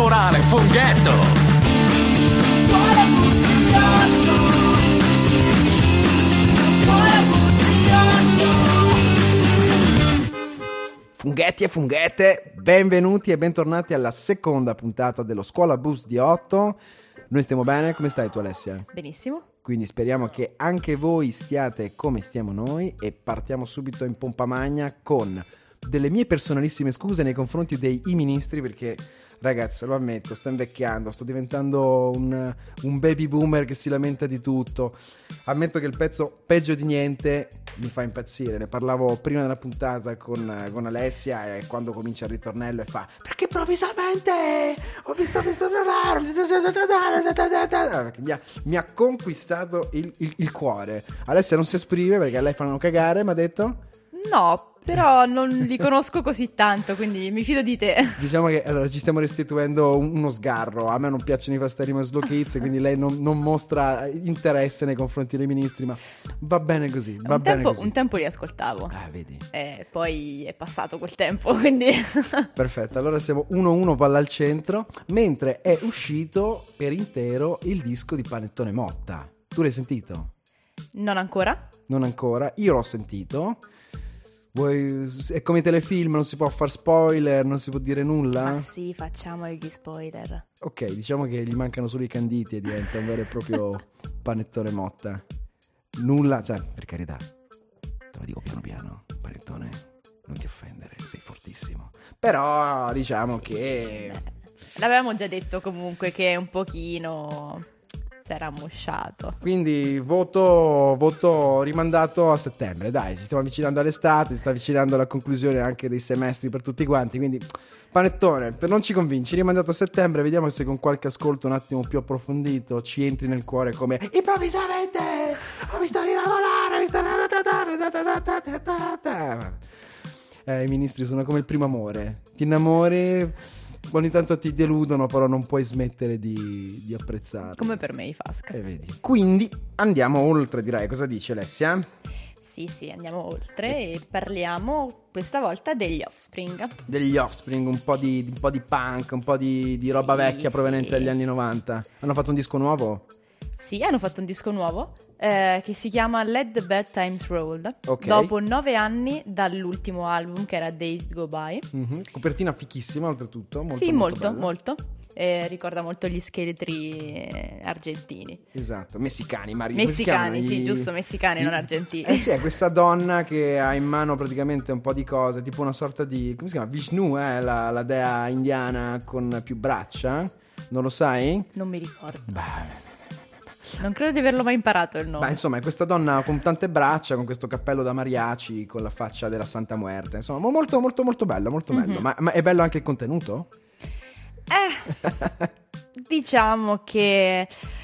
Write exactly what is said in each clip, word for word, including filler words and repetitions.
morale, funghetto! Scuola Bus di otto. Scuola Bus di otto. Funghetti e funghette, benvenuti e bentornati alla seconda puntata dello Scuola Bus di otto. Noi stiamo bene, come stai tu Alessia? Benissimo. Quindi speriamo che anche voi stiate come stiamo noi e partiamo subito in pompa magna con delle mie personalissime scuse nei confronti dei i ministri, perché ragazzi, lo ammetto, sto invecchiando, sto diventando un, un baby boomer che si lamenta di tutto. Ammetto che il pezzo peggio di niente mi fa impazzire. Ne parlavo prima della puntata con, con Alessia, e quando comincia il ritornello e fa perché improvvisamente ho visto questo mi ha, mi ha conquistato il, il, il cuore. Alessia non si esprime perché a lei fanno cagare, mi ha detto. No, però non li conosco così tanto, quindi mi fido di te. Diciamo che allora ci stiamo restituendo un- uno sgarro. A me non piacciono i Fastarimo Slow Kids, quindi lei non, non mostra interesse nei confronti dei ministri, ma va bene così, va un, bene tempo, così. un tempo li ascoltavo, Ah, vedi. e poi è passato quel tempo, quindi... Perfetto, allora siamo uno uno, palla al centro, mentre è uscito per intero il disco di Panettone Motta. Tu l'hai sentito? Non ancora? Non ancora, io l'ho sentito. Vuoi... È come i telefilm, non si può far spoiler, non si può dire nulla? Ma sì, facciamo gli spoiler. Ok, diciamo che gli mancano solo i canditi e diventa un vero e proprio Panettone Motta. Nulla, cioè, per carità, te lo dico piano piano, Panettone, non ti offendere, sei fortissimo. Però diciamo che... L'avevamo già detto comunque che un pochino si era ammosciato. Quindi voto, voto rimandato a settembre, dai, ci stiamo avvicinando all'estate, si sta avvicinando alla conclusione anche dei semestri per tutti quanti, quindi Panettone, per non ci convinci, rimandato a settembre, vediamo se con qualche ascolto un attimo più approfondito ci entri nel cuore come improvvisamente ho visto rilavorare, mi sta... Eh, i ministri sono come il primo amore, ti innamori, ogni tanto ti deludono, però non puoi smettere di, di apprezzarli. Come per me i Fask. Eh, vedi. Quindi andiamo oltre, direi. Cosa dici Alessia? Sì, sì, andiamo oltre e parliamo questa volta degli Offspring. Degli Offspring, un po' di, un po' di punk, un po' di, di roba Sì, vecchia proveniente sì. dagli anni novanta. Hanno fatto un disco nuovo? Sì, hanno fatto un disco nuovo eh, che si chiama Let the Bad Times Roll. Ok. Dopo nove anni dall'ultimo album che era Days Go By. Mhm. Copertina fichissima oltretutto. Molto, Sì, molto, bella. molto. Eh, ricorda molto gli scheletri eh, argentini. Esatto, messicani, Mario. come si Messicani, chiamano? sì, I- giusto, messicani, i- non argentini. Eh sì, è questa donna che ha in mano praticamente un po' di cose, tipo una sorta di, come si chiama? Vishnu, eh, la, la dea indiana con più braccia. Non lo sai? Non mi ricordo. Beh, Non credo di averlo mai imparato il nome. Beh, insomma, è questa donna con tante braccia, con questo cappello da mariachi, con la faccia della Santa Muerte. Insomma, mo- molto, molto, molto bello, molto bello. Mhm. Ma, ma è bello anche il contenuto? Eh, diciamo che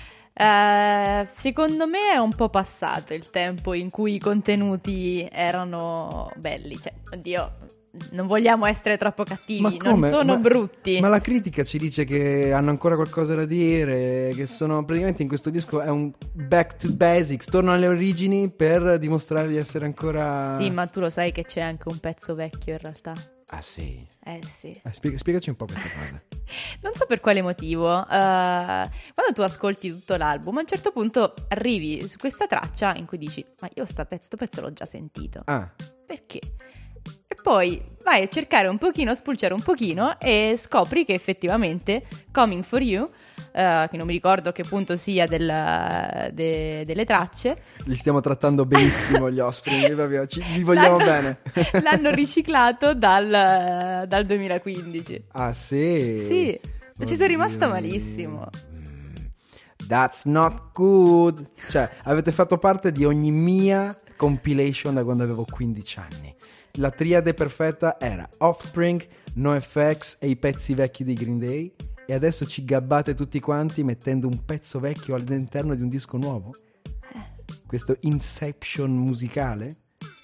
eh, secondo me è un po' passato il tempo in cui i contenuti erano belli. Cioè, oddio, non vogliamo essere troppo cattivi, Ma non come? sono Ma- brutti. Ma la critica ci dice che hanno ancora qualcosa da dire, che sono praticamente in questo disco è un back to basics, tornano alle origini per dimostrare di essere ancora... Sì, ma tu lo sai che c'è anche un pezzo vecchio in realtà. Ah sì? Eh sì. Eh, spiega- spiegaci un po' questa cosa. Non so per quale motivo, eh, quando tu ascolti tutto l'album, a un certo punto arrivi su questa traccia in cui dici: ma io sta pezzo, sto pezzo l'ho già sentito. Ah, Perché? E poi vai a cercare un pochino, a spulciare un pochino e scopri che effettivamente Coming For You, eh, che non mi ricordo che punto sia del, de- delle tracce, li stiamo trattando benissimo gli Offspring, proprio, ci, li vogliamo l'hanno- bene. l'hanno riciclato dal, dal duemilaquindici. Ah sì? Sì, ci sono rimasta Oddio malissimo. mio. That's not good. Cioè, avete fatto parte di ogni mia compilation da quando avevo quindici anni. La triade perfetta era Offspring, NoFX e i pezzi vecchi dei Green Day. E adesso ci gabbate tutti quanti mettendo un pezzo vecchio all'interno di un disco nuovo? Questo Inception musicale?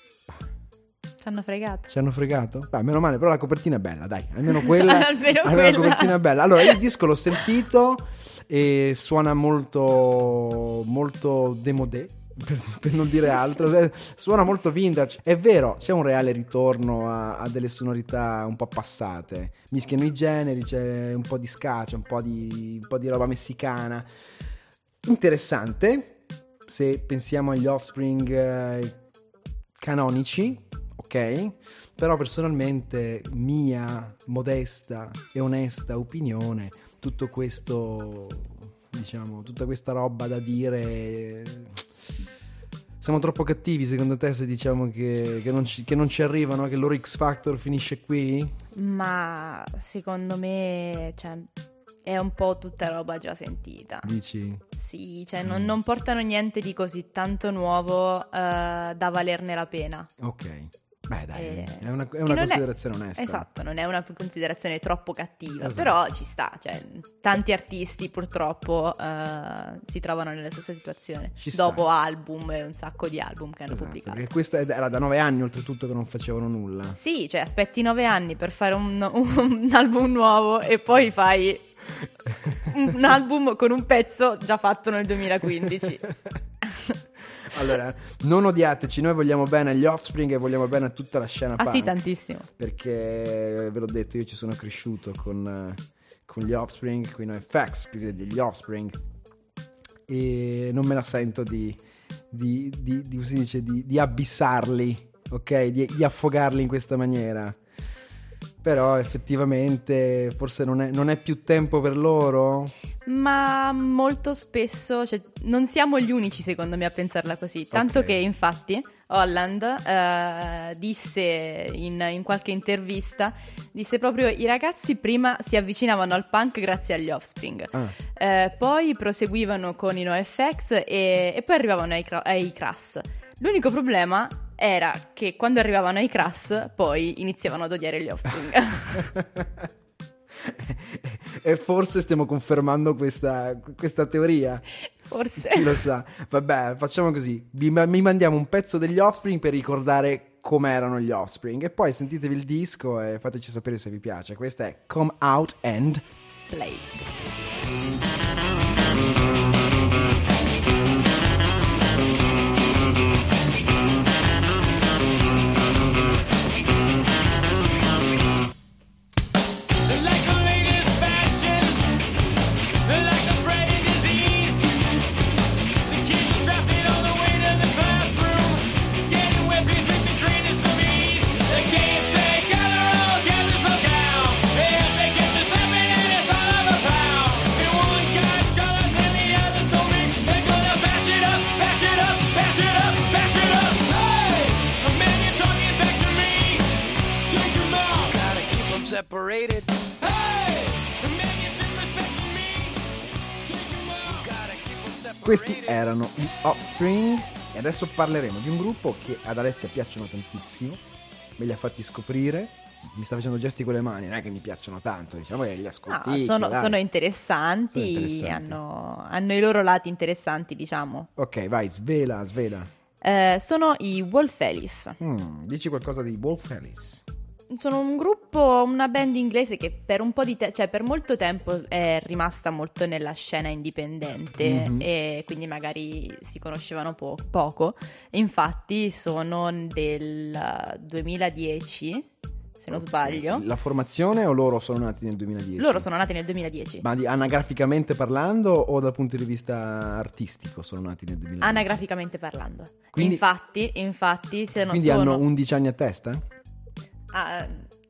Ci hanno fregato. Ci hanno fregato? Beh, meno male, però la copertina è bella, dai. Almeno quella, Almeno almeno quella. la copertina è bella. Allora, il disco l'ho sentito e suona molto molto démodé, per, per non dire altro. Suona molto vintage. È vero, c'è un reale ritorno a, a delle sonorità un po' passate. Mischiano i generi, c'è un po' di ska, c'è un po' di, un po' di roba messicana. Interessante, se pensiamo agli Offspring eh, canonici, ok? Però personalmente, mia modesta e onesta opinione, tutto questo, diciamo, tutta questa roba da dire, siamo troppo cattivi secondo te se diciamo che, che, non, ci, che non ci arrivano, che il loro X Factor finisce qui? Ma secondo me, cioè, è un po' tutta roba già sentita. Dici? Sì, cioè non, non portano niente di così tanto nuovo uh, da valerne la pena. Ok. Beh dai, Eh, è una, è che una non considerazione è, onesta. Esatto, non è una considerazione troppo cattiva, Esatto. però ci sta, cioè tanti artisti purtroppo uh, si trovano nella stessa situazione, Ci sta. dopo album e un sacco di album che hanno Esatto, pubblicato. perché questo era da nove anni oltretutto che non facevano nulla. Sì, cioè aspetti nove anni per fare un, un album nuovo e poi fai un album con un pezzo già fatto nel duemilaquindici. Allora, non odiateci, noi vogliamo bene agli Offspring e vogliamo bene a tutta la scena Ah punk. sì, tantissimo. Perché ve l'ho detto, io ci sono cresciuto con, con gli Offspring, con i NoFX, più che degli Offspring, e non me la sento di, di, di, di, come si dice, di, di abissarli, ok? Di, di affogarli in questa maniera. Però effettivamente forse non è, non è più tempo per loro. Ma molto spesso, cioè, non siamo gli unici secondo me a pensarla così, tanto Ok. che infatti Holland eh, disse in, in qualche intervista, disse proprio i ragazzi prima si avvicinavano al punk grazie agli Offspring, Ah. eh, poi proseguivano con i NoFX e, e poi arrivavano ai, Cra- ai Crass. L'unico problema era che quando arrivavano ai Crass poi iniziavano ad odiare gli Offspring. E forse stiamo confermando questa, questa teoria. Forse. Chi lo sa. Vabbè, facciamo così. Vi, mi mandiamo un pezzo degli Offspring per ricordare com'erano gli Offspring. E poi sentitevi il disco e fateci sapere se vi piace. Questa è Come Out and Play. Like the latest fashion, like the spreading disease. The kids are strapping on the way to the classroom, getting weapons with the greatest of ease. They can't say gather all, gather slow down. If they get you slapping and it's all of a pound. And one guy's colors and the others don't mix. They're gonna bash it up, bash it up, bash it up, bash it up. Hey, a man, you're talking back to me. Take them out. Gotta keep them separated. questi erano gli Offspring. E adesso parleremo di un gruppo che ad Alessia piacciono tantissimo. Me li ha fatti scoprire. Mi sta facendo gesti con le mani, non è che mi piacciono tanto, diciamo che li No, ascolti. sono, dai. sono interessanti, Sono interessanti. Hanno, hanno i loro lati interessanti, diciamo. Ok, vai, svela, svela. Eh, sono i Wolf Alice. Mm, dici qualcosa di Wolf Alice. Sono un gruppo, una band inglese che per un po' di tempo, cioè per molto tempo è rimasta molto nella scena indipendente, Mhm. e quindi magari si conoscevano po- poco. Infatti sono del duemiladieci, se non Ok. sbaglio. La formazione o loro sono nati nel duemiladieci? Loro sono nati nel duemiladieci. Ma di, anagraficamente parlando o dal punto di vista artistico sono nati nel duemiladieci? Anagraficamente parlando. Quindi- infatti, infatti, se non Quindi sono... hanno undici anni a testa? Ah,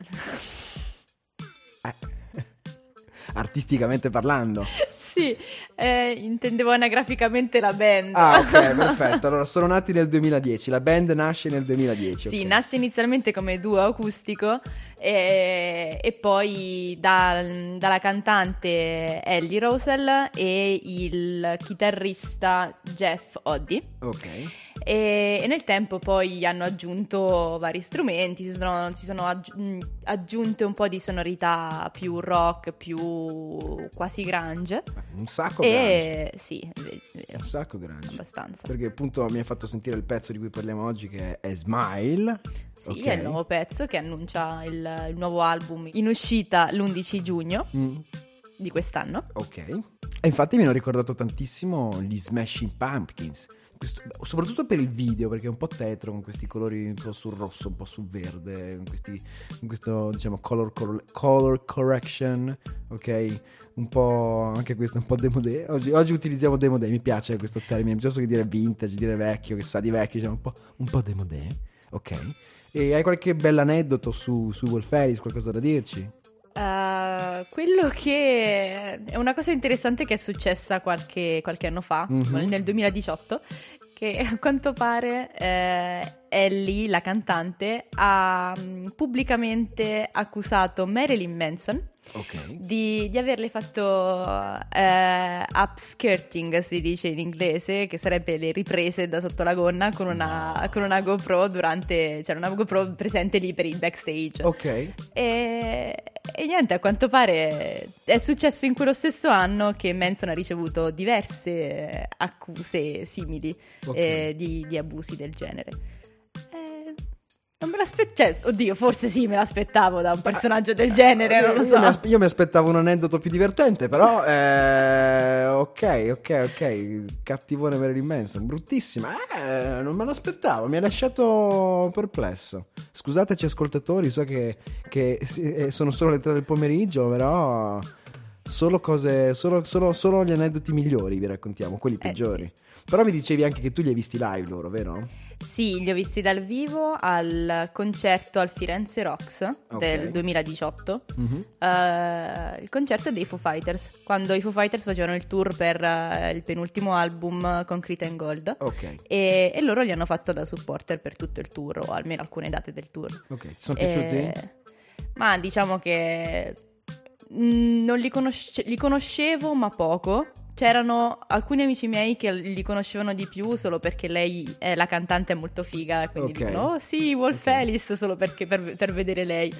Eh. Artisticamente parlando. sì, eh, intendevo anagraficamente la band. Ah, ok, perfetto. Allora, sono nati nel duemiladieci. La band nasce nel duemiladieci. Sì, ok. nasce inizialmente come duo acustico e, e poi da- dalla cantante Ellie Rosell e il chitarrista Jeff Oddy. Ok. E, e nel tempo poi hanno aggiunto vari strumenti, si sono, si sono aggi- mh, aggiunte un po' di sonorità più rock, più quasi grunge. Un sacco grande. E sì, è vero, è vero, Un sacco grande. abbastanza. Perché appunto mi hai fatto sentire il pezzo di cui parliamo oggi, che è Smile. Sì, Ok. è il nuovo pezzo che annuncia il, il nuovo album in uscita l'undici giugno Mm, di quest'anno. ok. E infatti mi hanno ricordato tantissimo gli Smashing Pumpkins. questo, soprattutto per il video, perché è un po' tetro, con questi colori un po' sul rosso, un po' sul verde, con, questi, con questo diciamo color, color, color correction, ok? Un po' anche questo è un po' demodé. Oggi, oggi utilizziamo demodé, mi piace questo termine, piuttosto che dire vintage, dire vecchio, che sa di vecchio, diciamo un po', un po' demodé, ok? E hai qualche bell'aneddoto su, su Wolf Alice, qualcosa da dirci? Uh, quello che è una cosa interessante che è successa qualche, qualche anno fa, Mhm. nel duemiladiciotto, che a quanto pare eh, Ellie, la cantante, ha mm, pubblicamente accusato Marilyn Manson Ok. di, di averle fatto eh, upskirting, si dice in inglese, che sarebbe le riprese da sotto la gonna con una, con una GoPro durante, c'era una GoPro presente lì per il backstage. Ok. E, e niente, a quanto pare è successo in quello stesso anno che Manson ha ricevuto diverse accuse simili Ok. eh, di, di abusi del genere. Eh, non me l'aspettavo, cioè, oddio, forse sì, me l'aspettavo da un personaggio del genere, non lo Io mi, so. as- io mi aspettavo un aneddoto più divertente, però eh, ok, ok, ok, cattivone Marilyn Manson, bruttissima, eh, non me l'aspettavo, mi ha lasciato perplesso. Scusateci ascoltatori, so che, che sì, eh, sono solo le tre del pomeriggio, però solo cose, solo, solo, solo gli aneddoti migliori vi raccontiamo, quelli Eh, peggiori. Però mi dicevi anche che tu li hai visti live loro, vero? Sì, li ho visti dal vivo al concerto al Firenze Rocks Ok. del duemiladiciotto. Mhm. Eh, il concerto dei Foo Fighters, quando i Foo Fighters facevano il tour per eh, il penultimo album Concrete and Gold. Ok, E, e loro li hanno fatto da supporter per tutto il tour, o almeno alcune date del tour. ok, ti sono piaciuti? Eh, ma diciamo che mh, non li, conosce- li conoscevo, ma poco. C'erano alcuni amici miei che li conoscevano di più solo perché lei, è la cantante, è molto figa, quindi Ok. dicono, oh sì, Wolf Ok. Alice, solo perché per, per vedere lei.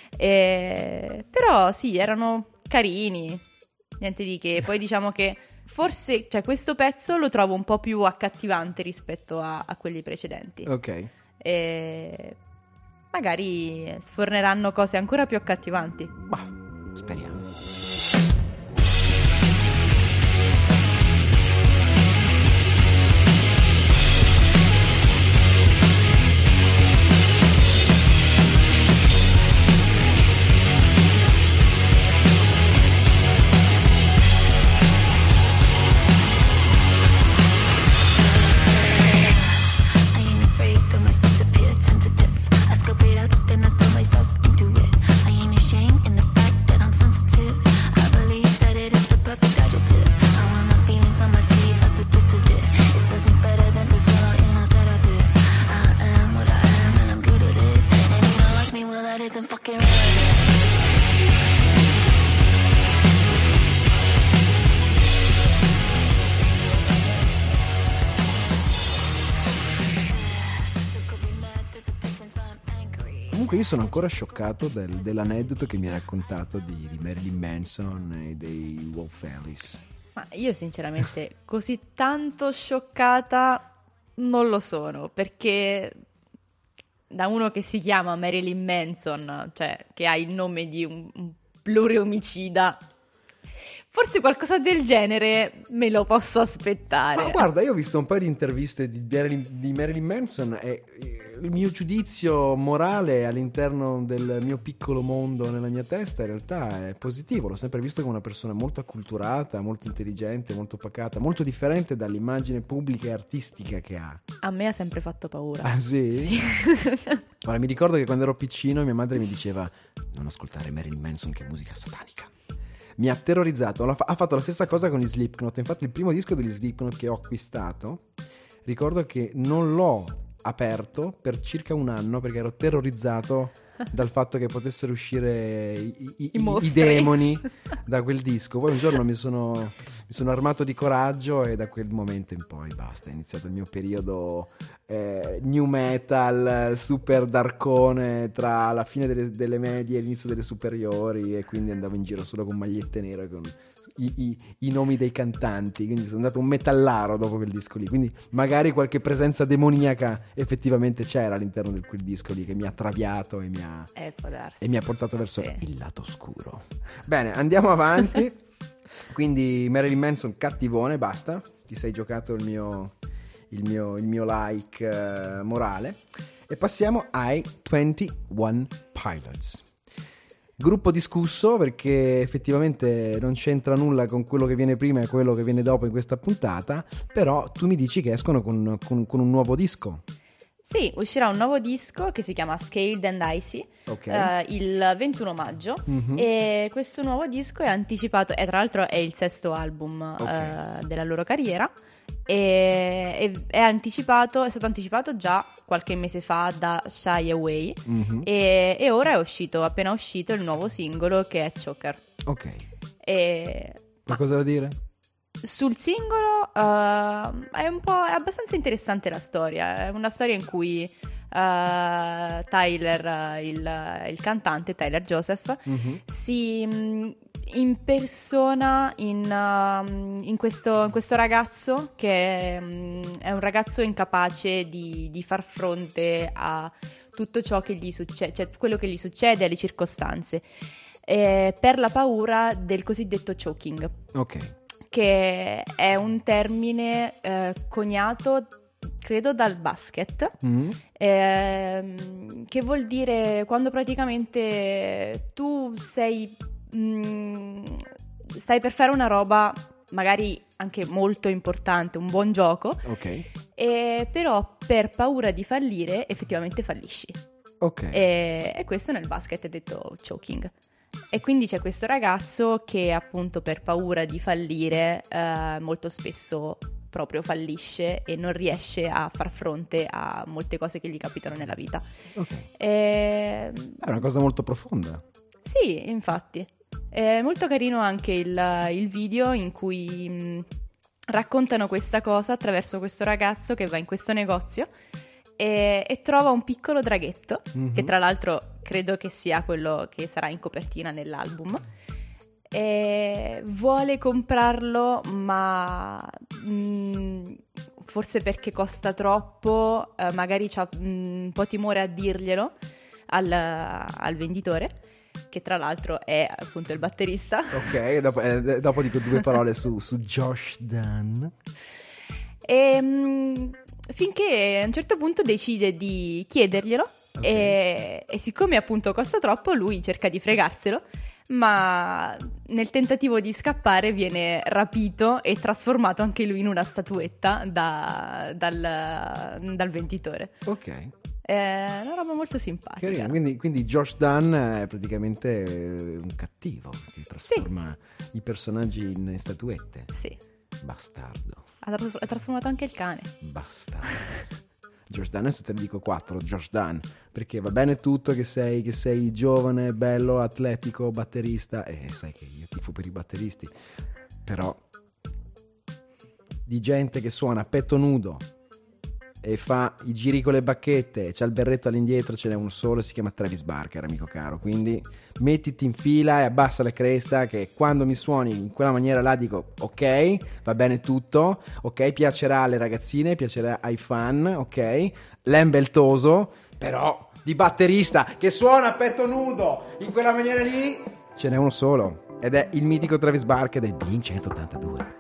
E- però sì, erano carini, niente di che. Poi diciamo che forse, cioè, questo pezzo lo trovo un po' più accattivante rispetto a, a quelli precedenti. Ok. E magari sforneranno cose ancora più accattivanti. Bah, speriamo. I ain't afraid, though my steps appear tentative. I scope it out, then I throw myself into it. I ain't ashamed in the fact that I'm sensitive. I believe that it is the perfect adjective. I wear my feelings on my sleeve, I suggested it. It serves me better than to swallow in a sedative. I am what I am and I'm good at it. And you don't like me, well that isn't fucking relevant. So could be mad, there's a difference, I'm angry. Comunque io sono ancora scioccato del- dell'aneddoto che mi hai raccontato di, di Marilyn Manson e dei Wolf Alice. Ma io sinceramente così tanto scioccata non lo sono, perché da uno che si chiama Marilyn Manson, cioè che ha il nome di un, un pluriomicida, forse qualcosa del genere me lo posso aspettare. Ma guarda, io ho visto un paio di interviste di Marilyn, di Marilyn Manson e eh, il mio giudizio morale all'interno del mio piccolo mondo nella mia testa in realtà è positivo. L'ho sempre visto come una persona molto acculturata, molto intelligente, molto pacata, molto differente dall'immagine pubblica e artistica che ha. A me ha sempre fatto paura. Ah sì? Sì. Ora, mi ricordo che quando ero piccino mia madre mi diceva non ascoltare Marilyn Manson, che è musica satanica. Mi ha terrorizzato. La fa- ha fatto la stessa cosa con gli Slipknot. Infatti il primo disco degli Slipknot che ho acquistato, ricordo che non l'ho aperto per circa un anno perché ero terrorizzato dal fatto che potessero uscire i, i- I i- mostri. i demoni da quel disco. Poi un giorno mi sono, mi sono armato di coraggio e da quel momento in poi basta, è iniziato il mio periodo eh, new metal, super darkone tra la fine delle, delle medie e l'inizio delle superiori, e quindi andavo in giro solo con magliette nere con i, i- i nomi dei cantanti, quindi sono andato un metallaro dopo quel disco lì, quindi magari qualche presenza demoniaca effettivamente c'era all'interno di quel disco lì che mi ha traviato e mi ha, Eh, può darsi. e mi ha portato verso Sì. il lato oscuro. Bene, andiamo avanti. Quindi Marilyn Manson cattivone, basta. Ti sei giocato il mio, il mio, il mio like uh, morale. E passiamo ai ventuno Pilots. Gruppo discusso perché effettivamente non c'entra nulla con quello che viene prima e quello che viene dopo in questa puntata, però tu mi dici che escono con, con, con un nuovo disco. Sì, uscirà un nuovo disco che si chiama Scaled and Icy, Okay. eh, il ventuno maggio, Mhm. e questo nuovo disco è anticipato, e tra l'altro è il sesto album Ok. eh, della loro carriera, e e è anticipato, è stato anticipato già qualche mese fa da Shy Away, Mhm. e, e ora è uscito, appena uscito, il nuovo singolo che è Choker. Ok, E qualcosa da dire? sul singolo eh, è un po' è abbastanza interessante la storia. È una storia in cui eh, Tyler, eh, il, il cantante Tyler Joseph, Mhm. si mh, impersona in, uh, in, questo, in questo ragazzo che mh, è un ragazzo incapace di, di far fronte a tutto ciò che gli succede, cioè quello che gli succede, alle circostanze, eh, per la paura del cosiddetto choking, Ok. che è un termine eh, coniato, credo, dal basket, Mhm. ehm, che vuol dire quando praticamente tu sei mm, stai per fare una roba magari anche molto importante, un buon gioco, Ok. e però per paura di fallire effettivamente fallisci. Ok. E, e questo nel basket è detto choking. E quindi c'è questo ragazzo che appunto per paura di fallire eh, molto spesso proprio fallisce e non riesce a far fronte a molte cose che gli capitano nella vita. Ok. E, È una cosa molto profonda. sì, infatti. È molto carino anche il, il video in cui mh, raccontano questa cosa attraverso questo ragazzo che va in questo negozio e, e trova un piccolo draghetto, Mhm. che tra l'altro credo che sia quello che sarà in copertina nell'album. E vuole comprarlo, ma mh, forse perché costa troppo, eh, magari c'ha mh, un po' timore a dirglielo al, al venditore, che tra l'altro è appunto il batterista. Ok, dopo, eh, dopo dico due parole su, su Josh Dunn. E, mh, finché a un certo punto decide di chiederglielo, Ok. e, e siccome appunto costa troppo, lui cerca di fregarselo, ma nel tentativo di scappare viene rapito e trasformato anche lui in una statuetta da- dal, dal venditore. Ok. È una roba molto simpatica. Carino. Quindi, quindi Josh Dunn è praticamente eh, un cattivo che trasforma i personaggi in statuette. Sì, Bastardo. ha, tras- ha trasformato anche il cane. Bastardo. Josh Dunn, adesso te ne dico quattro. Josh Dunn, perché va bene tutto che sei, che sei giovane, bello, atletico, batterista, e sai che io tifo per i batteristi, però di gente che suona a petto nudo e fa i giri con le bacchette e c'ha il berretto all'indietro, ce n'è uno solo, si chiama Travis Barker, amico caro. Quindi mettiti in fila e abbassa la cresta, che quando mi suoni in quella maniera là dico ok, va bene tutto, ok, piacerà alle ragazzine, piacerà ai fan, ok, lembeltoso, però di batterista che suona a petto nudo in quella maniera lì ce n'è uno solo, ed è il mitico Travis Barker del Blink centottantadue.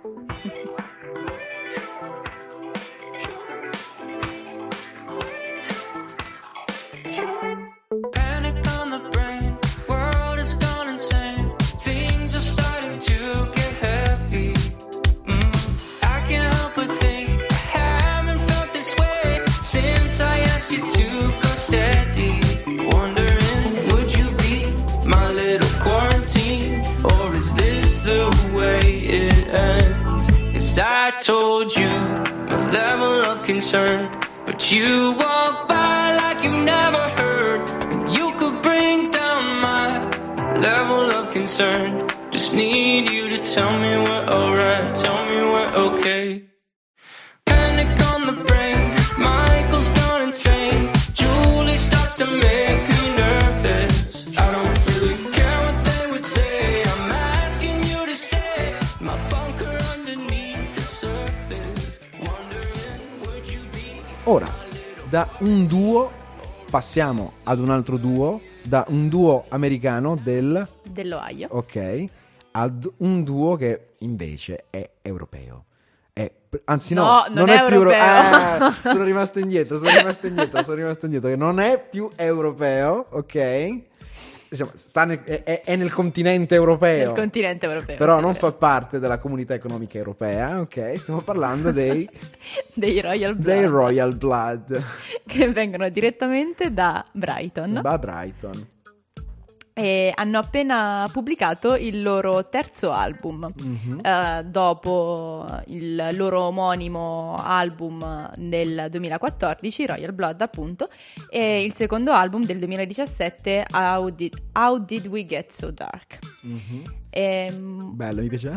Panic on the brain, world has gone insane. Things are starting to get heavy. Mm, I can't help but think I haven't felt this way since I asked you to go steady. Wondering, would you be my little quarantine, or is this the way it ends? 'Cause I told you my level of concern, but you walk by like you never heard. You could bring down my level of concern. Just need you to tell me we're alright, tell me we're okay. Panic on the brain, Michael's gone insane. Julie starts to make me nervous. I don't really care what they would say. I'm asking you to stay. My bunker underneath the surface. Wondering, would you be Ora, da un duo passiamo ad un altro duo, da un duo americano del, Dell'Ohio. ok, ad un duo che invece è europeo. È Anzi no, No, non è più euro- europeo. Ah, sono rimasto indietro, sono rimasto indietro, sono rimasto indietro. Che non è più europeo, ok? Insomma, sta nel- è, è- è nel continente europeo. Nel continente europeo. Però sì, non vero. fa parte della comunità economica europea, ok? Stiamo parlando dei, Dei Royal Blood. dei Royal Blood. Che vengono direttamente da Brighton. Da Brighton. E hanno appena pubblicato il loro terzo album. Mhm. Eh, dopo il loro omonimo album del duemilaquattordici, Royal Blood appunto, e il secondo album del duemiladiciassette, How Did, How Did We Get So Dark. Mhm. Ehm, Bello, mi piace.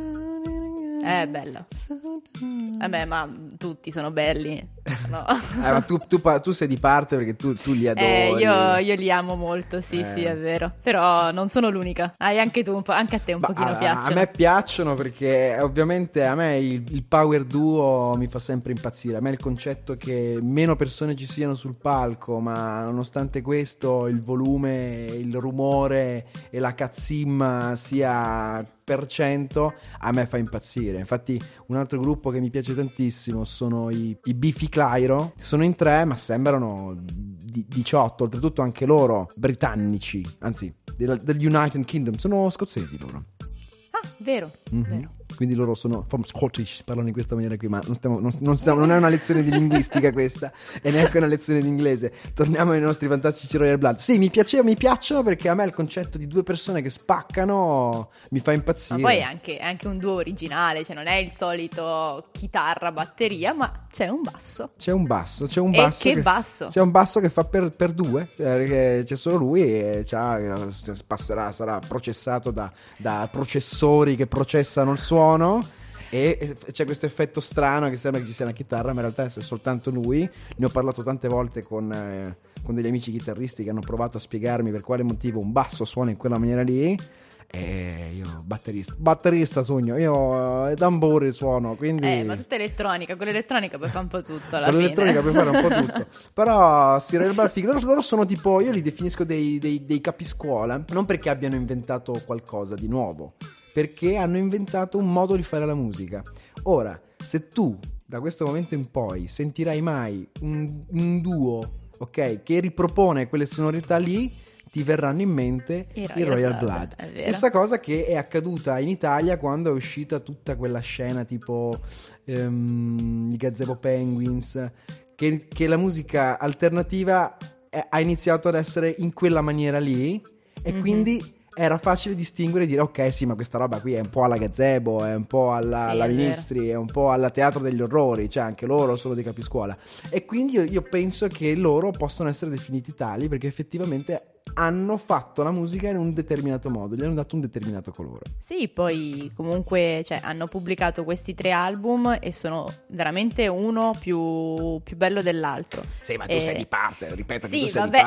È bello. Vabbè, ma tutti sono belli. No. Eh, ma tu, tu pa- tu sei di parte perché tu, tu li adori. Eh, io, io li amo molto, sì, Eh. sì, è vero. Però non sono l'unica. Hai anche tu un po', anche a te un Ma pochino a, piacciono. a me piacciono perché ovviamente a me il, il power duo mi fa sempre impazzire. A me il concetto che meno persone ci siano sul palco, ma nonostante questo il volume, il rumore e la cazzimma sia per cento, a me fa impazzire. Infatti un altro gruppo che mi piace tantissimo sono i, i Biffy Clyro. Sono in tre ma sembrano di- diciotto, oltretutto anche loro britannici, anzi del, del United Kingdom, sono scozzesi loro. Ah, vero, Mhm. vero. Quindi loro sono from Scottish, parlano in questa maniera qui, ma non, stiamo, non, non, stiamo- non è una lezione di linguistica questa, e neanche una lezione di inglese. Torniamo ai nostri fantastici Royal Blood. Sì, mi piaceva, mi piacciono perché a me il concetto di due persone che spaccano mi fa Ma impazzire. poi è anche, è anche un duo originale, cioè non è il solito chitarra, batteria, ma c'è un basso. C'è un basso, c'è un E basso. che basso? C'è un basso che fa per, per due, eh, perché c'è solo lui e c'ha, passerà, sarà processato da, da processori che processano il suono. E e c'è questo effetto strano che sembra che ci sia una chitarra, ma in realtà è soltanto lui. Ne ho parlato tante volte con, eh, con degli amici chitarristi che hanno provato a spiegarmi per quale motivo un basso suona in quella maniera lì. E io batterista, batterista sogno, io eh, tamburi suono, quindi Eh, ma tutta elettronica, con l'elettronica puoi fare un po' tutto alla con fine. l'elettronica puoi fare un po' tutto. Però si Royal fighi, loro, loro sono tipo, io li definisco dei, dei, dei capiscuola, non perché abbiano inventato qualcosa di nuovo, perché hanno inventato un modo di fare la musica. Ora, se tu da questo momento in poi sentirai mai un, un duo, ok, che ripropone quelle sonorità lì, ti verranno in mente I i Royal Royal, Blood, Blood. è vero. Stessa cosa che è accaduta in Italia quando è uscita tutta quella scena tipo ehm, i Gazebo Penguins, che, che la musica alternativa è- ha iniziato ad essere in quella maniera lì e Mhm. quindi era facile distinguere e dire ok sì, ma questa roba qui è un po' alla Gazebo, è un po' alla, Sì, alla è vero. Ministri, è un po' alla Teatro degli Orrori, cioè anche loro sono dei capiscuola. E quindi io, io penso che loro possano essere definiti tali perché effettivamente hanno fatto la musica in un determinato modo, gli hanno dato un determinato colore. Sì, poi comunque cioè, hanno pubblicato questi tre album e sono veramente uno più, più bello dell'altro. Sì, ma tu sei di parte, ripeto Sì, vabbè.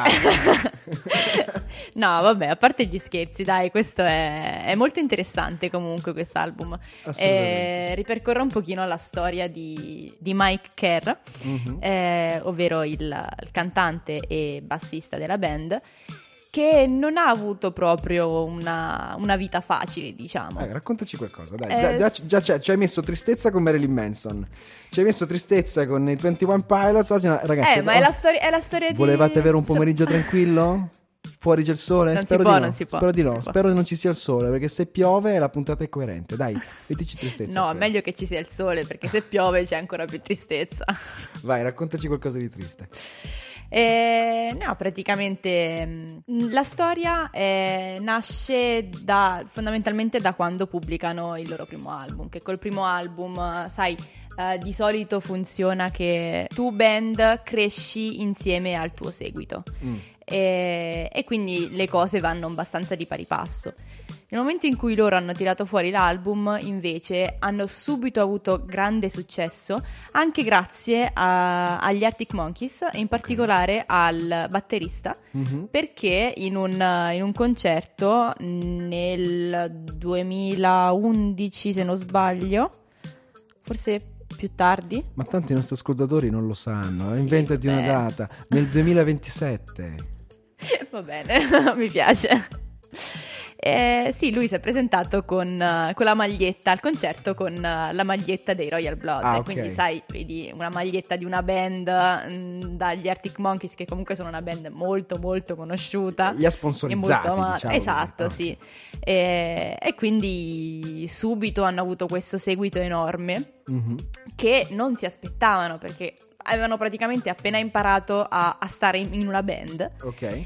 No, vabbè, a parte gli scherzi, dai, questo è, è molto interessante comunque quest'album. Assolutamente. Eh, ripercorre un pochino la storia di, di Mike Kerr, Mhm. eh, ovvero il, il cantante e bassista della band, che non ha avuto proprio una, una vita facile, diciamo. Eh, raccontaci qualcosa, dai. Eh, Già, già, s- già c'è- ci hai messo tristezza con Marilyn Manson, ci hai messo tristezza con i ventuno Pilots. Oggi, no, ragazzi, eh, ma oh, è la storia, è la storia di... volevate avere un so- pomeriggio tranquillo? Fuori c'è il sole? Non si Spero può, di no. non si può, Spero di non no. si può. Spero che non ci sia il sole, perché se piove la puntata è coerente. Dai, mettici tristezza. No, qua. meglio che ci sia il sole, perché se piove c'è ancora più tristezza. Vai, raccontaci qualcosa di triste. Eh, no, praticamente mh, la storia eh, nasce da, fondamentalmente da quando pubblicano il loro primo album, che col primo album, eh, sai, eh, di solito funziona che tu band cresci insieme al tuo seguito. Mm. E, e quindi le cose vanno abbastanza di pari passo. Nel momento in cui loro hanno tirato fuori l'album, invece, hanno subito avuto grande successo, anche grazie a- agli Arctic Monkeys, e in particolare al batterista, Mhm. perché in un, in un concerto nel duemilaundici, se non sbaglio, forse più tardi, Ma tanti nostri ascoltatori non lo sanno. Sì, Inventati una vabbè. data. Nel duemilaventisette. va bene, mi piace. Eh, sì, lui si è presentato con, eh, con la maglietta al concerto, con eh, la maglietta dei Royal Blood. Ah, E ok. quindi, sai, vedi una maglietta di una band mh, dagli Arctic Monkeys, che comunque sono una band molto, molto conosciuta. Li ha E sponsorizzati, molto ama- diciamo esatto, così. sì. E, e quindi subito hanno avuto questo seguito enorme Mhm. che non si aspettavano, perché avevano praticamente appena imparato a, a stare in, in una band. Ok.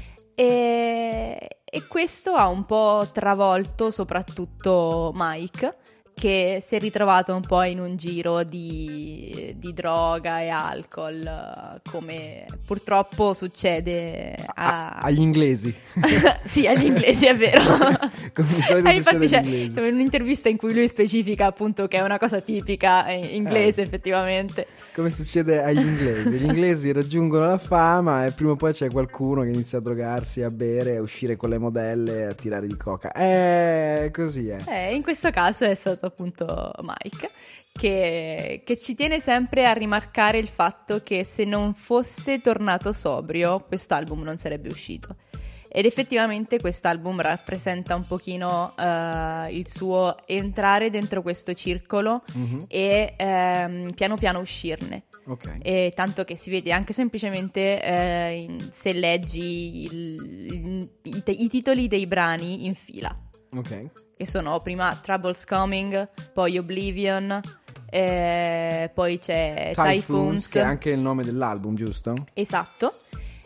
E, e questo ha un po' travolto soprattutto Mike, che si è ritrovato un po' in un giro di, di droga e alcol, eh, come purtroppo succede a... A- agli inglesi. Sì, agli inglesi, è vero. Come di solito Ah, succede infatti agli c'è, inglesi. c'è un'intervista in cui lui specifica appunto che è una cosa tipica eh, inglese, Eh, sì. effettivamente. Come succede agli inglesi. Gli inglesi raggiungono la fama e prima o poi c'è qualcuno che inizia a drogarsi, a bere, a uscire con le modelle, a tirare di coca. Eh, così è. Eh, in questo caso è stato appunto Mike, che, che ci tiene sempre a rimarcare il fatto che se non fosse tornato sobrio, quest'album non sarebbe uscito. Ed effettivamente quest'album rappresenta un pochino eh, il suo entrare dentro questo circolo Mhm. e ehm, piano piano uscirne. Ok. E tanto che si vede anche semplicemente eh, in- se leggi il- il- i, i titoli dei brani in fila, Ok. che sono prima Trouble's Coming, poi Oblivion, eh, poi c'è Typhoons, Typhoons, che è anche il nome dell'album, giusto? esatto.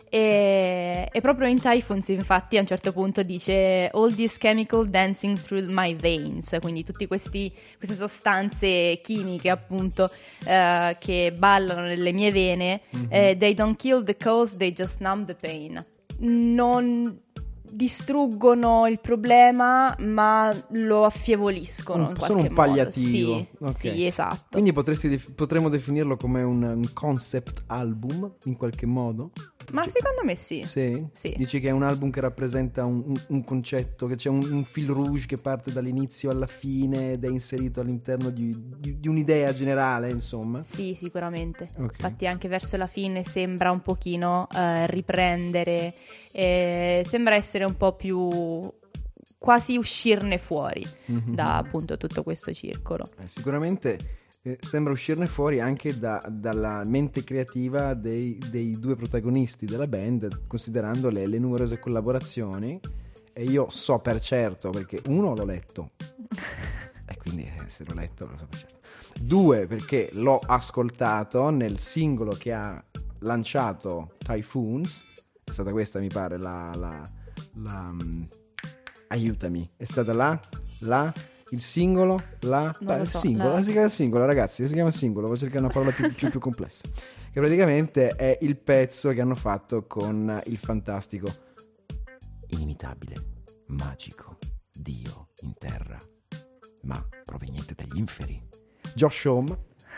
E, e proprio in Typhoons infatti a un certo punto dice all this chemical dancing through my veins, quindi tutte queste sostanze chimiche appunto eh, che ballano nelle mie vene. eh, they don't kill the cause, they just numb the pain. Non distruggono il problema, ma lo affievoliscono Un- in sono qualche un palliativo. modo. Sì, Ok. sì, esatto. Quindi potresti def- potremmo definirlo come un, un concept album, in qualche modo? Ma Cioè- secondo me sì. Sì? Sì. Dici che è un album che rappresenta un, un- un concetto, che c'è un, un fil rouge che parte dall'inizio alla fine ed è inserito all'interno di, di- di un'idea generale, insomma. Sì, sicuramente. Ok. Infatti anche verso la fine sembra un pochino eh, riprendere, eh, sembra essere un po' più quasi uscirne fuori Mhm. da appunto tutto questo circolo. Eh, sicuramente eh, sembra uscirne fuori anche da- dalla mente creativa dei, dei due protagonisti della band, considerando le, le numerose collaborazioni. E io so per certo, perché uno l'ho letto, e quindi eh, se l'ho letto lo so per certo. Due, perché l'ho ascoltato nel singolo che ha lanciato Typhoons. È stata questa, mi pare, la... la, la mm, aiutami, è stata la... la il singolo, la... Non lo il so, singolo, la- si chiama singolo, ragazzi, si chiama singolo, voglio cercare una parola più, più, più complessa. Che praticamente è il pezzo che hanno fatto con il fantastico, inimitabile, magico Dio in terra, ma proveniente dagli inferi, Josh Homme.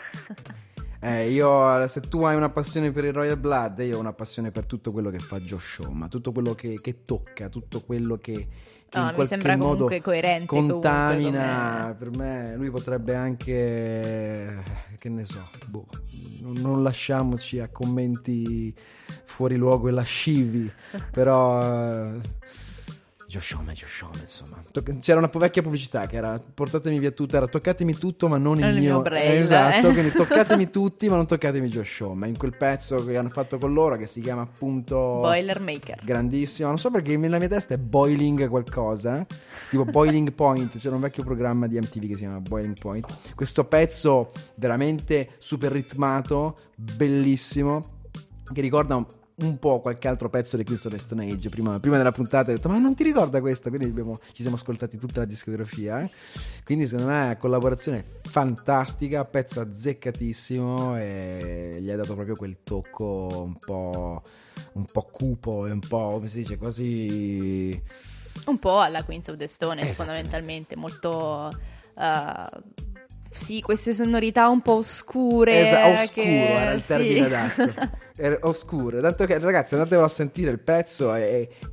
Eh, io, se tu hai una passione per il Royal Blood, io ho una passione per tutto quello che fa Josh Homme, tutto quello che, che tocca, tutto quello che, che No, in mi qualche sembra modo comunque coerente comunque contamina. Per me lui potrebbe anche, che ne so, boh, non, non lasciamoci a commenti fuori luogo e lascivi, però eh, Josh Homme, Josh Homme, insomma. Toc- c'era una po' vecchia pubblicità che era portatemi via tutto, era toccatemi tutto ma non il Non il mio, mio brain, eh, esatto, eh. quindi toccatemi tutti ma non toccatemi Josh Homme. In quel pezzo che hanno fatto con loro, che si chiama appunto Boilermaker. grandissimo, non so perché nella mia testa è Boiling qualcosa, tipo Boiling Point, c'era un vecchio programma di M T V che si chiama Boiling Point. Questo pezzo veramente super ritmato, bellissimo, che ricorda un, un po' qualche altro pezzo di Queens of the Stone Age. Prima, prima della puntata ho detto ma non ti ricorda questo? Quindi abbiamo, ci siamo ascoltati tutta la discografia, eh? Quindi secondo me è una collaborazione fantastica, pezzo azzeccatissimo, e gli ha dato proprio quel tocco un po', un po' cupo e un po', come si dice, quasi... Un po' alla Queens of the Stone Age, Esattamente. fondamentalmente, molto... eh, sì, queste sonorità un po' oscure. Esa- oscuro che- era il termine sì. adatto. Era oscuro, tanto che ragazzi andatevelo a sentire il pezzo e, e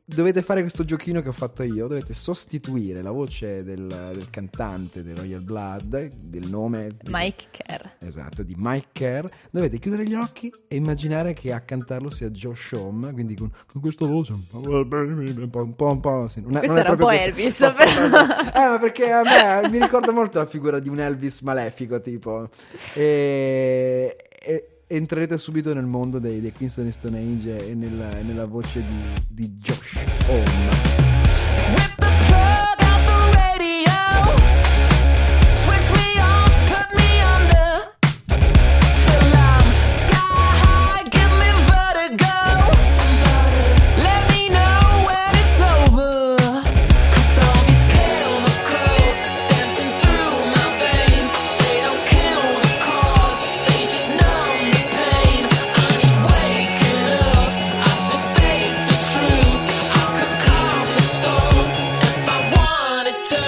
dovete fare questo giochino che ho fatto io, dovete sostituire la voce del, del cantante dei Royal Blood, del nome Mike Kerr. Esatto, di Mike Kerr. Dovete chiudere gli occhi e immaginare che a cantarlo sia Josh Homme, quindi con, con questa voce un po' un po', un po', un po' sì. non è, Questo non è era un po' proprio Elvis, questo. però. Eh, ma perché a me mi ricorda molto la figura di un Elvis malefico, tipo. E, e entrerete subito nel mondo dei, dei Queens of the Stone Age e nella, nella voce di, di Josh Homme. Rip the plug out the radio. Switch me off, put me under. Till I'm sky high, give me vertigo. Let me know when it's over. 'Cause all these chemicals dancing through my veins, they don't kill the cause, they just numb the pain. I need waking up, I should face the truth. I could calm the storm if I wanted to.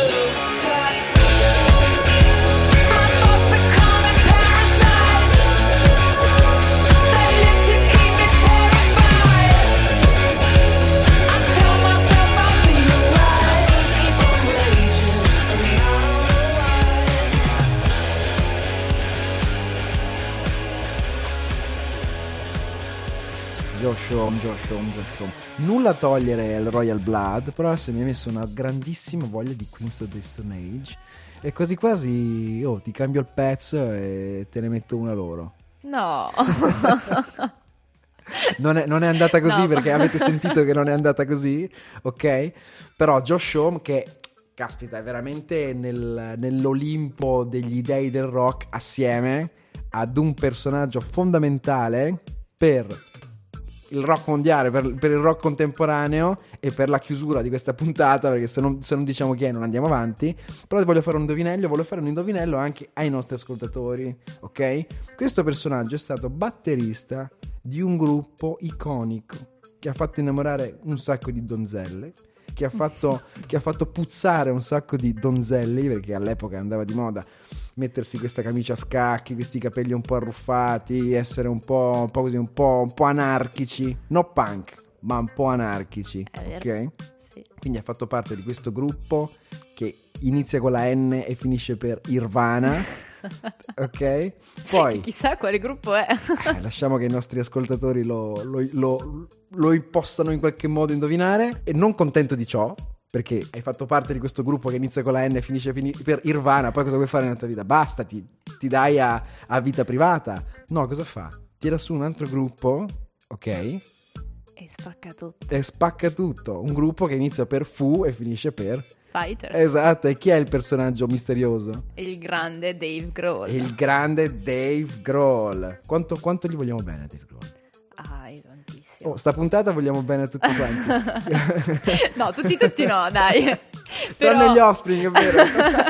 My thoughts becoming parasites. They live to keep me terrified. I tell myself I'll be alright. Cycles keep on raging, and I don't know Josh Homme, Josh Homme, Josh Homme. Nulla a togliere al Royal Blood, però adesso mi ha messo una grandissima voglia di Queens of the Stone Age e quasi quasi oh, ti cambio il pezzo e te ne metto una loro. No. Non è, non è andata così No. perché avete sentito che non è andata così, ok? Però Josh Homme che, caspita, è veramente nel- nell'Olimpo degli dei del rock assieme ad un personaggio fondamentale per il rock mondiale, per, per il rock contemporaneo e per la chiusura di questa puntata, perché se non, se non diciamo chi è non andiamo avanti. Però voglio fare un indovinello, voglio fare un indovinello anche ai nostri ascoltatori, ok? Questo personaggio è stato batterista di un gruppo iconico che ha fatto innamorare un sacco di donzelle, che ha fatto, che ha fatto puzzare un sacco di donzelli, perché all'epoca andava di moda mettersi questa camicia a scacchi, questi capelli un po' arruffati, essere un po', un po' così, un po', un po' anarchici, no punk, ma un po' anarchici, È vero. ok? Sì. Quindi ha fatto parte di questo gruppo che inizia con la N e finisce per Irvana, ok? Poi Chissà quale gruppo è. eh, lasciamo che i nostri ascoltatori lo, lo, lo, lo possano in qualche modo indovinare. E non contento di ciò, perché hai fatto parte di questo gruppo che inizia con la N e finisce fini- per Irvana, poi cosa vuoi fare nella tua vita? Basta, ti, ti dai a, a vita privata. No, cosa fa? Tira su un altro gruppo, ok? E spacca tutto. E spacca tutto. Un gruppo che inizia per Fu e finisce per... Fighters. Esatto, e chi è il personaggio misterioso? Il grande Dave Grohl. Il grande Dave Grohl. Quanto, quanto gli vogliamo bene a Dave Grohl? Ah, io tantissimo. Oh, sta puntata vogliamo bene a tutti quanti. No, tutti tutti no, dai. Tranne gli Offspring, è vero.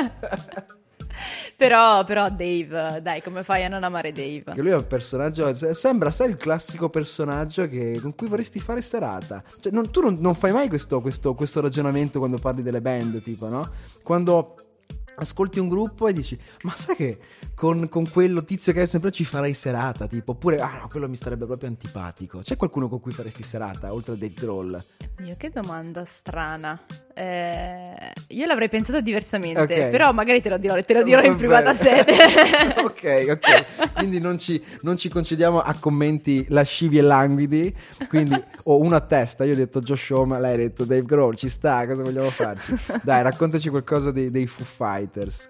Però, però Dave, dai, come fai a non amare Dave? Che lui è un personaggio, sembra, sai, il classico personaggio che, con cui vorresti fare serata. Cioè, non- tu non, non fai mai questo, questo, questo ragionamento quando parli delle band, tipo, no? Quando ascolti un gruppo e dici, ma sai che con, con quello tizio che è sempre ci farei serata, tipo, oppure, ah no, quello mi starebbe proprio antipatico. C'è qualcuno con cui faresti serata, oltre a Dave Grohl? Dio, che domanda strana. Eh, io l'avrei pensata diversamente, Ok. però magari te lo dirò, te lo dirò in Va privata bene. sede. Ok, ok. Quindi non ci, non ci concediamo a commenti lascivi e languidi. Quindi ho uno a testa. Io ho detto Josh Homme, lei ha detto Dave Grohl. Ci sta, cosa vogliamo farci? Dai, raccontaci qualcosa dei, dei Foo Fighters.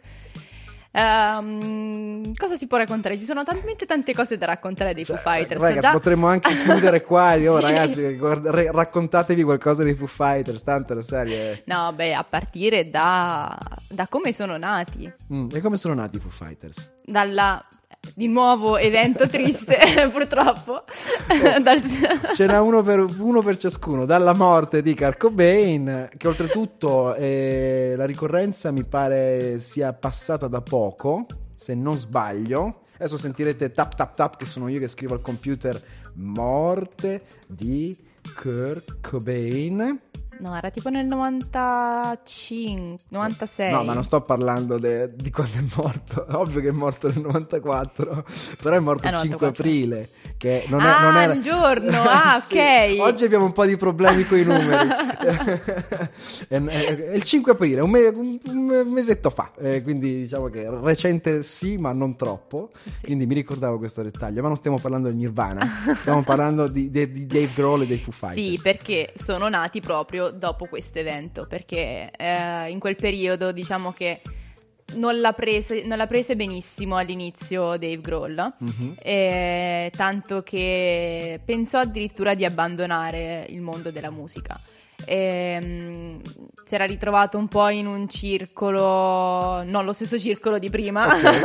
Ehm, cosa si può raccontare? Ci sono talmente tante cose da raccontare dei Foo Fighters. Ragazzi, da- potremmo anche chiudere qua. Oh, Sì. ragazzi, guarda- re- raccontatevi qualcosa dei Foo Fighters. Tanto la serie. No, beh, a partire da, da come sono nati. Mm, e come sono nati i Foo Fighters? Dalla, di nuovo, evento triste, purtroppo. Dal- Ce n'è uno per, uno per ciascuno. Dalla morte di Kurt Cobain, che oltretutto eh, la ricorrenza mi pare sia passata da poco, se non sbaglio. Adesso sentirete tap tap tap, che sono io che scrivo al computer morte di Kurt Cobain. No, era tipo nel novantacinque, novantasei. No, ma non sto parlando de- di quando è morto. Ovvio che è morto nel novantaquattro, però è morto il Ah, cinque novantaquattro. aprile, che non, è, Ah, non era il giorno, ah, Sì, ok. oggi abbiamo un po' di problemi con i numeri. è, è- è il cinque aprile, un, me- un- un mesetto fa, eh, quindi diciamo che recente sì, ma non troppo. Quindi mi ricordavo questo dettaglio, ma non stiamo parlando di Nirvana, stiamo parlando di, di- di Dave Grohl e dei Foo Fighters. Sì, perché sono nati proprio dopo questo evento, perché eh, in quel periodo diciamo che non la prese, non la prese benissimo all'inizio Dave Grohl, Mhm. eh, tanto che pensò addirittura di abbandonare il mondo della musica. Ehm, si era ritrovato un po' in un circolo, non lo stesso circolo di prima,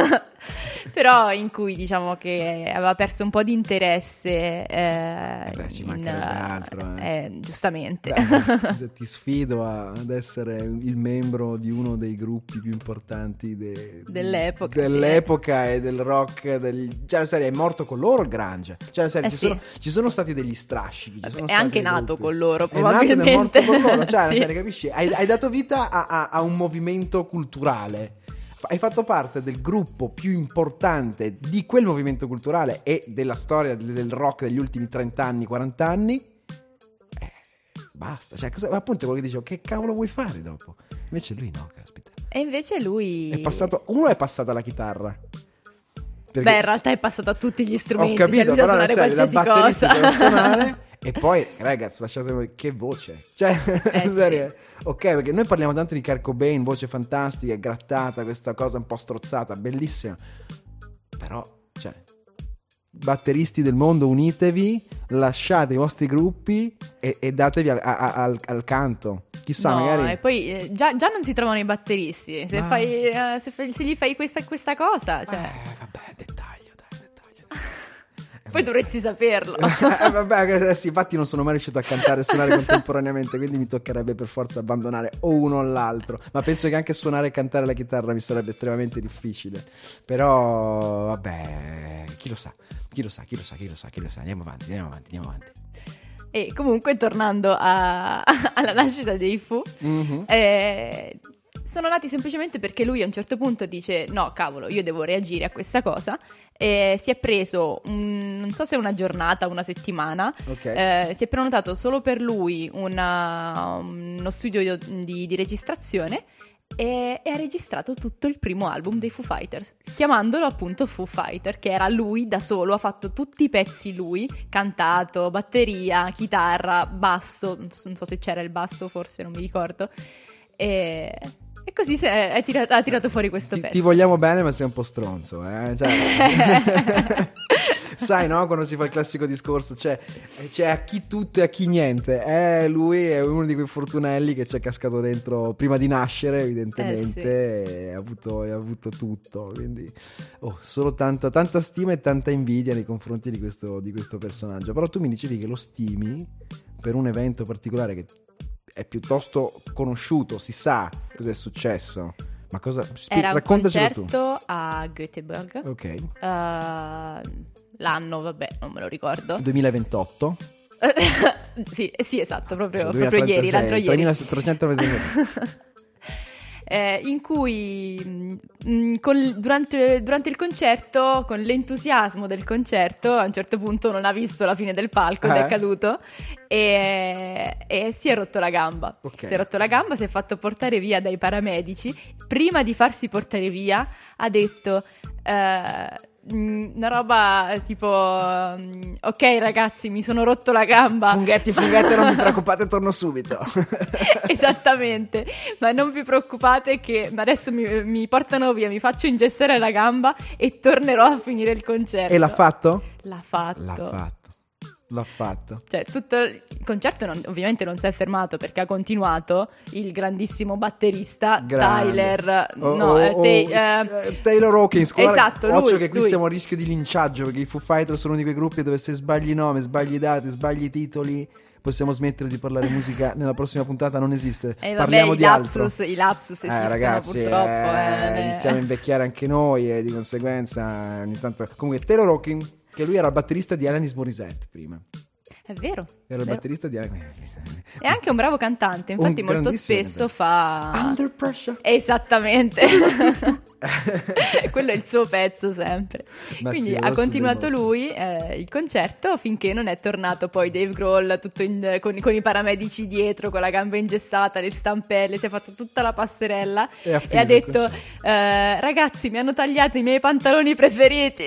però in cui diciamo che aveva perso un po' di interesse. Eh, beh, ci in, mancherebbe altro, eh. eh, giustamente. Beh, se ti sfido a- ad essere il membro di uno dei gruppi più importanti de- Dell'epoca, dell'epoca e del rock del... cioè la serie è morto con loro il grunge, cioè la serie Eh ci, sì. sono, ci sono stati degli strascichi, ci Vabbè, sono è stati anche dei nato gruppi. con loro, È nato ed è probabilmente. morto con loro, cioè la Sì. serie, capisci? Hai, hai dato vita a, a- a un movimento culturale. Hai fatto parte del gruppo più importante di quel movimento culturale e della storia del, del rock degli ultimi trenta anni, quaranta anni. Eh, basta, cioè, cosa, appunto quello che dicevo, che cavolo vuoi fare dopo? Invece lui no, caspita. E invece lui... È passato, uno è passata la chitarra. Perché- Beh, in realtà è passato a tutti gli ho strumenti, capito, cioè lui sa però nel suonare serio, da qualsiasi batterista cosa. da suonare. E poi, ragazzi, lasciatemi, che voce. Cioè, Eh, in serio, ok, perché noi parliamo tanto di Kurt Cobain, voce fantastica, grattata, questa cosa un po' strozzata, bellissima. Però, cioè, batteristi del mondo, unitevi, lasciate i vostri gruppi e, e datevi al, a- a- al- al canto. Chissà, No, magari... e poi eh, già, già non si trovano i batteristi. Se, Ma- fai, eh, se, fai- se gli fai questa, questa cosa, cioè, Eh, vabbè, dettaglio, dai, dettaglio. poi dovresti saperlo. Eh, vabbè, eh, sì, infatti non sono mai riuscito a cantare e suonare contemporaneamente, quindi mi toccherebbe per forza abbandonare o uno o l'altro. Ma penso che anche suonare e cantare la chitarra mi sarebbe estremamente difficile. Però, vabbè, chi lo sa, chi lo sa, chi lo sa, chi lo sa, chi lo sa. Andiamo avanti, andiamo avanti, andiamo avanti. E comunque, tornando a- alla nascita dei Foo, Mhm. eh, sono nati semplicemente perché lui a un certo punto dice: no, cavolo, io devo reagire a questa cosa. E si è preso, un- non so se una giornata, una settimana, Ok. eh, si è prenotato solo per lui una- uno studio di, di registrazione e, e ha registrato tutto il primo album dei Foo Fighters, chiamandolo appunto Foo Fighter, che era lui da solo, ha fatto tutti i pezzi lui, cantato, batteria, chitarra, basso, non so, non so se c'era il basso, forse non mi ricordo, e, e così si è, è tirato- ha tirato fuori questo Ti, pezzo. ti vogliamo bene, ma sei un po' stronzo, eh? Cioè... Sai, no? Quando si fa il classico discorso, cioè, c'è a chi tutto e a chi niente. Eh, lui è uno di quei fortunelli che ci è cascato dentro prima di nascere, evidentemente, e ha avuto, e ha avuto tutto. Quindi, oh, solo tanta, tanta stima e tanta invidia nei confronti di questo, di questo personaggio. Però tu mi dicevi che lo stimi per un evento particolare che è piuttosto conosciuto, si sa cosa è successo. Ma cosa? Spie- Era un raccontacelo tu. concerto a Göteborg. Ok. Eh, l'anno, vabbè, non me lo ricordo. duemilaventotto. sì, eh, sì, esatto, proprio, Cioè, proprio ieri, l'altro ieri. tremilasettecentonovanta. Eh, in cui mh, con- durante, durante il concerto, con l'entusiasmo del concerto, a un certo punto non ha visto la fine del palco ed Eh? è caduto e, e si è rotto la gamba. Ok. Si è rotto la gamba, si è fatto portare via dai paramedici. Prima di farsi portare via ha detto... eh, mh, una roba eh, tipo mh, ok ragazzi, mi sono rotto la gamba. Funghetti, funghetti, non mi preoccupate, torno subito. Esattamente, ma non vi preoccupate che adesso mi, mi portano via, mi faccio ingessare la gamba e tornerò a finire il concerto. E l'ha fatto? L'ha fatto. L'ha fatto. L'ha fatto. Cioè, tutto il concerto non- ovviamente non si è fermato perché ha continuato il grandissimo batterista Grande. Tyler, Oh, no, oh, eh, oh, Tay- eh, eh, Taylor Hawkins. Guarda, esatto, lui, occhio che qui lui. siamo a rischio di linciaggio, perché i Foo Fighters sono uno di quei gruppi dove se sbagli nome, sbagli date, sbagli titoli, possiamo smettere di parlare musica. Nella prossima puntata non esiste. eh, vabbè, Parliamo i di altro. lapsus, i lapsus esistono Eh, ragazzi, purtroppo. eh, eh. iniziamo a invecchiare anche noi e di conseguenza ogni tanto... Comunque Taylor Hawkins, che lui era il batterista di Alanis Morissette prima. È vero. Era il vero. batterista di... È anche un bravo cantante, infatti Un molto grandissimo spesso cantante. fa... Under Pressure. Esattamente. Quello è il suo pezzo sempre. Ma Quindi sì, ha lo continuato dimostra. lui eh, il concerto finché non è tornato poi Dave Grohl tutto in- con, con i paramedici dietro, con la gamba ingessata, le stampelle, si è fatto tutta la passerella E a e fine ha del detto concerto. eh, ragazzi, mi hanno tagliato i miei pantaloni preferiti.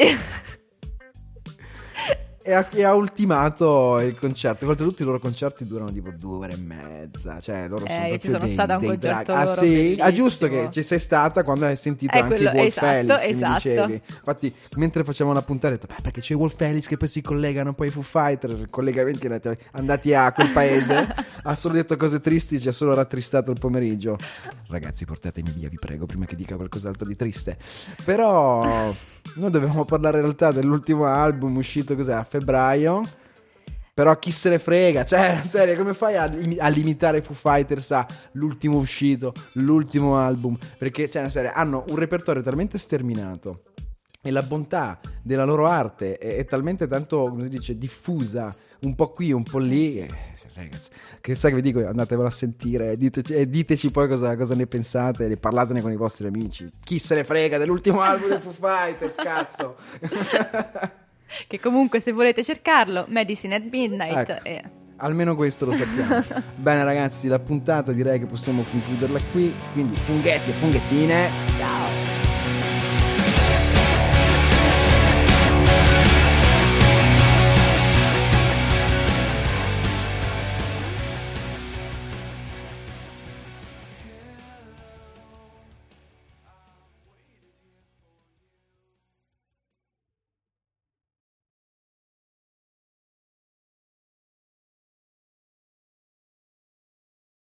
E ha, e ha ultimato il concerto. Oltretutto i loro concerti durano tipo due ore e mezza. Cioè loro Eh, sono io proprio ci sono dei, stata a un dei concerto drag. Ah loro, sì? bellissimo. Ah giusto che ci sei stata quando hai sentito Eh, anche quello- i Wolf esatto, Alice che esatto. mi dicevi. Infatti mentre facevamo la puntata ho detto beh, perché c'è i Wolf Alice che poi si collegano poi ai Foo Fighter. Collegamenti andati a quel paese. Ha solo detto cose tristi, ci ha solo rattristato il pomeriggio. Ragazzi portatemi via vi prego prima che dica qualcos'altro di triste. Però noi dovevamo parlare in realtà dell'ultimo album uscito cos'è a febbraio. Però chi se ne frega, cioè, serio, come fai a, a limitare i Foo Fighters a l'ultimo uscito, l'ultimo album? Perché, cioè, serio, hanno un repertorio talmente sterminato e la bontà della loro arte è, è talmente tanto, come si dice, diffusa, un po' qui, un po' lì. Eh, ragazzi, che sa che vi dico, andatevelo a sentire diteci, e diteci poi cosa, cosa ne pensate e parlatene con i vostri amici. Chi se ne frega dell'ultimo album dei Foo Fighters, cazzo! Che comunque se volete cercarlo, Medicine at Midnight. Ecco. E... Almeno questo lo sappiamo. Bene ragazzi, la puntata direi che possiamo concluderla qui. Quindi funghetti e funghettine.